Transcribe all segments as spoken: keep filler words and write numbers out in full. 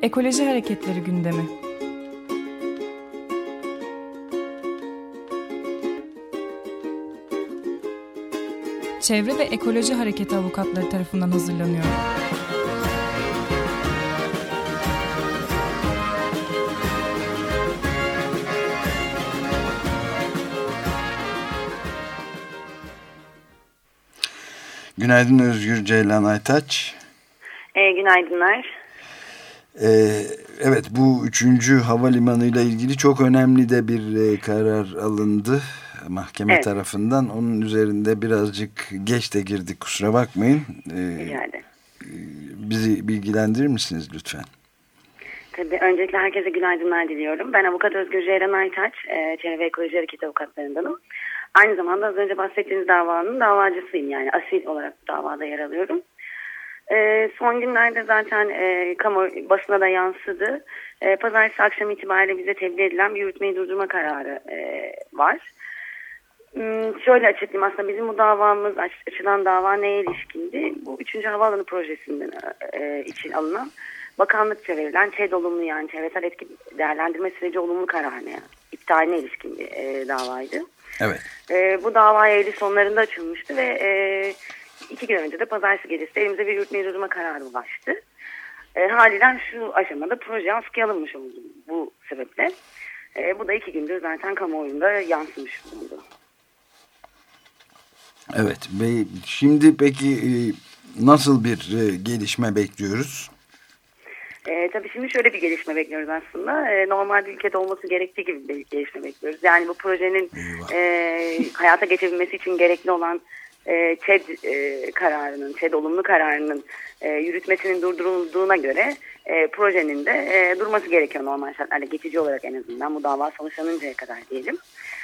Ekoloji hareketleri gündemi. Çevre ve Ekoloji Hareketi avukatları tarafından hazırlanıyor. Günaydın Özgür Ceylan Aytaç. E, günaydınlar. Ee, evet, bu üçüncü havalimanı ile ilgili çok önemli de bir e, karar alındı mahkeme evet. tarafından. Onun üzerinde birazcık geç de girdik, kusura bakmayın. Ee, Rica ederim. Bizi bilgilendirir misiniz lütfen? Tabii, öncelikle herkese günaydınlar diliyorum. Ben avukat Özgür Ceylan Aytaç, e, Çevre ve Ekoloji Hareketi avukatlarındanım. Aynı zamanda az önce bahsettiğiniz davanın davacısıyım, yani asil olarak bu davada yer alıyorum. E, son günlerde zaten e, kamu basına da yansıdı. E, Pazartesi akşam itibariyle bize tebliğ edilen bir yürütmeyi durdurma kararı e, var. Hmm, şöyle açıklayayım, aslında bizim bu davamız, aç, açılan dava neye ilişkindi? Bu üçüncü havaalanı projesinden e, için alınan bakanlıkça verilen ÇED olumlu, yani çevresel etki değerlendirme süreci olumlu kararına, yani iptaline ilişkin bir e, davaydı. Evet. E, bu dava Eylül sonlarında açılmıştı ve e, iki gün önce de Pazartesi gecesi elimize bir yürütmeyi durdurma kararı ulaştı. E, haliyle şu aşamada proje askıya alınmış oldu bu sebeple. E, bu da iki gündür zaten kamuoyunda yansımış bulundu. Evet. Ve şimdi peki nasıl bir gelişme bekliyoruz? E, tabii şimdi şöyle bir gelişme bekliyoruz aslında. E, normal bir ülkede olması gerektiği gibi bir gelişme bekliyoruz. Yani bu projenin e, hayata geçebilmesi için gerekli olan e, ÇED e, kararının, ÇED olumlu kararının e, yürütmesinin durdurulduğuna göre e, projenin de e, durması gerekiyor normal şartlarda, geçici olarak en azından bu dava sonuçlanıncaya kadar diyelim.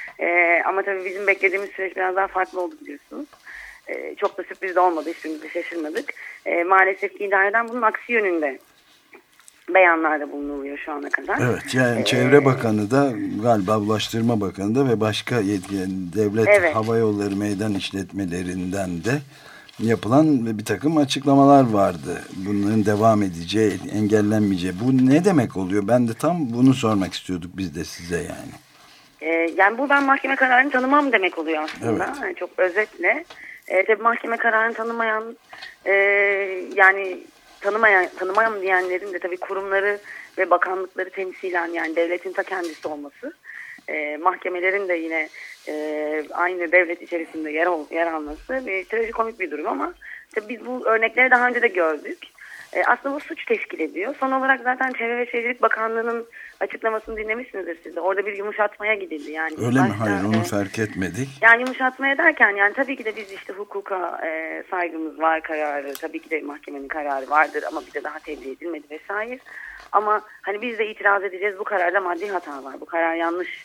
E, ama tabii bizim beklediğimiz süreç biraz daha farklı oldu, biliyorsunuz. E, çok da sürpriz de olmadı, hiçbirimiz de şaşırmadık. E, maalesef ki idareden bunun aksi yönünde beyanlarda bulunuluyor şu ana kadar. Evet, yani ee, Çevre Bakanı da galiba Ulaştırma Bakanı da ve başka yetkili devlet evet. hava yolları meydan işletmelerinden de yapılan bir takım açıklamalar vardı. Bunların devam edeceği, engellenmeyeceği. Bu ne demek oluyor? Ben de tam bunu sormak istiyorduk biz de size yani. Ee, yani bu ben mahkeme kararını tanımam demek oluyor aslında. Evet. Yani çok özetle. Ee, tabii mahkeme kararını tanımayan e, yani tanımayan, tanımayan diyenlerin de tabii kurumları ve bakanlıkları temsilen, yani devletin ta kendisi olması, e, mahkemelerin de yine e, aynı devlet içerisinde yer, ol, yer alması bir trajikomik bir durum ama tabii biz bu örnekleri daha önce de gördük. E, aslında bu suç teşkil ediyor. Son olarak zaten Çevre ve Şehircilik Bakanlığı'nın açıklamasını dinlemişsinizdir siz de. Orada bir yumuşatmaya gidildi. Yani öyle başta, mi? Hayır, onu e, fark etmedik. Yani yumuşatmaya derken, yani tabii ki de biz işte hukuka e, saygımız var, kararı. Tabii ki de mahkemenin kararı vardır ama bir de daha tebliğ edilmedi vesaire. Ama hani biz de itiraz edeceğiz. Bu kararda maddi hata var. Bu karar yanlış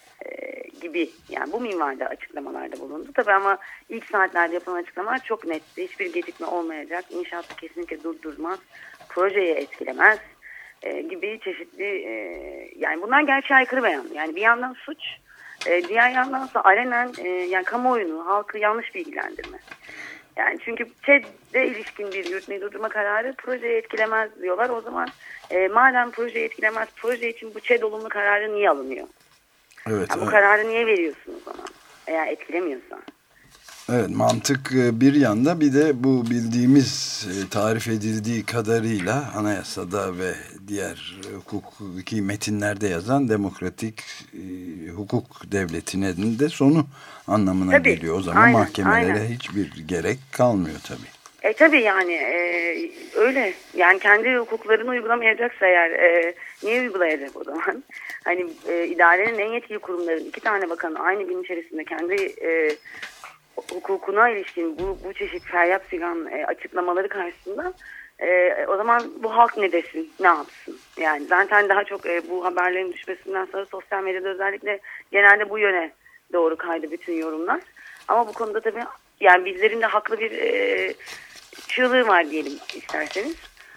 e, gibi. Yani bu minvalde açıklamalarda bulundu. Tabii ama ilk saatlerde yapılan açıklamalar çok netti. Hiçbir gecikme olmayacak. İnşaatı kesinlikle durdurmaz. Projeyi etkilemez. E, gibi çeşitli e, yani bunlar gerçeğe aykırı beyan. Yani bir yandan suç, e, diğer yandan ise alenen e, yani kamuoyunu, halkı yanlış bilgilendirme. Yani çünkü ÇED'e ilişkin bir yürütmeyi durdurma kararı projeyi etkilemez diyorlar. O zaman e, madem projeyi etkilemez, proje için bu ÇED olumlu kararı niye alınıyor? Evet, yani bu evet. kararı niye veriyorsunuz o zaman eğer etkilemiyorsa? Evet, mantık bir yanda, bir de bu bildiğimiz tarif edildiği kadarıyla anayasada ve diğer hukuki metinlerde yazan demokratik e, hukuk devletinin de sonu anlamına tabii, geliyor. O zaman aynen, mahkemelere aynen. hiçbir gerek kalmıyor tabii. E tabii yani e, öyle. Yani kendi hukuklarını uygulamayacaksa eğer e, niye uygulayacak o zaman? Hani e, idarenin en yetkili kurumların iki tane bakanı aynı gün içerisinde kendi e, hukukuna ilişkin bu, bu çeşit feryat figan e, açıklamaları karşısında e, o zaman bu halk ne desin, ne yapsın? Yani zaten daha çok e, bu haberlerin düşmesinden sonra sosyal medyada özellikle genelde bu yöne doğru kaydı bütün yorumlar. Ama bu konuda tabii yani bizlerin de haklı bir e, çığlığı var diyelim isterseniz.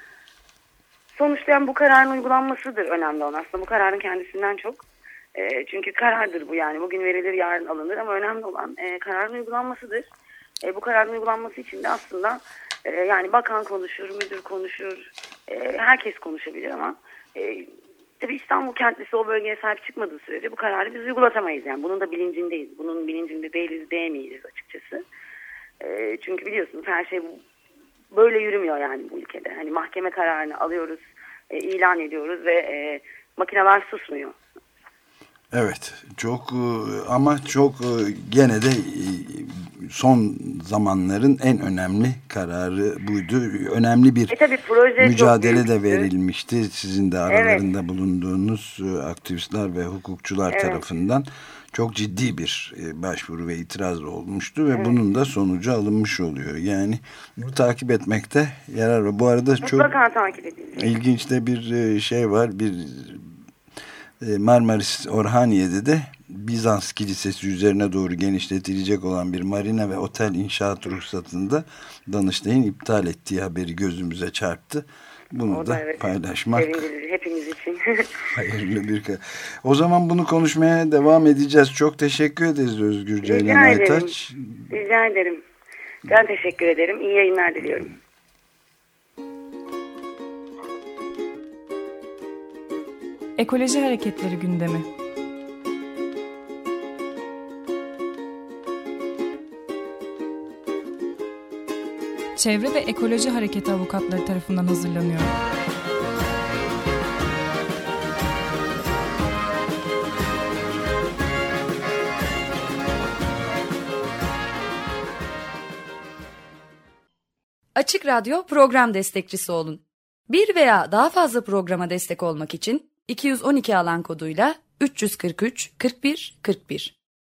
Sonuçta yani bu kararın uygulanmasıdır önemli olan. Aslında bu kararın kendisinden çok. E, çünkü karardır bu yani. Bugün verilir, yarın alınır ama önemli olan e, kararın uygulanmasıdır. E, bu kararın uygulanması için de aslında e, yani bakan konuşur, müdür konuşur, e, herkes konuşabilir ama e, tabii İstanbul kentlisi o bölgeye sahip çıkmadığı sürece bu kararı biz uygulatamayız. Yani bunun da bilincindeyiz. Bunun bilincinde değiliz diyemeyiz açıkçası. E, çünkü biliyorsunuz her şey böyle yürümüyor yani bu ülkede. Hani mahkeme kararını alıyoruz, e, ilan ediyoruz ve e, makineler susmuyor. Evet, çok ama çok gene de son zamanların en önemli kararı buydu. Önemli bir e tabii, proje mücadele de verilmişti. Sizin de aralarında evet. bulunduğunuz aktivistler ve hukukçular evet. tarafından çok ciddi bir başvuru ve itiraz olmuştu ve evet. bunun da sonucu alınmış oluyor. Yani bu takip etmekte yarar var. Bu arada mutlaka çok takip edilecek. İlginç de bir şey var. Bir Marmaris Orhaniye'de de Bizans Kilisesi üzerine doğru genişletilecek olan bir marina ve otel inşaat ruhsatında Danıştay'ın iptal ettiği haberi gözümüze çarptı. Bunu o da, da evet, paylaşmak hepimiz için hayırlı bir. O zaman bunu konuşmaya devam edeceğiz. Çok teşekkür ederiz Özgür Ceylan Aytaç. Rica ederim. Ben teşekkür ederim. İyi yayınlar diliyorum. Ekoloji hareketleri gündemi. Çevre ve Ekoloji Hareketi avukatları tarafından hazırlanıyor. Açık Radyo program destekçisi olun. Bir veya daha fazla programa destek olmak için iki yüz on iki alan koduyla üç yüz kırk üç kırk bir kırk bir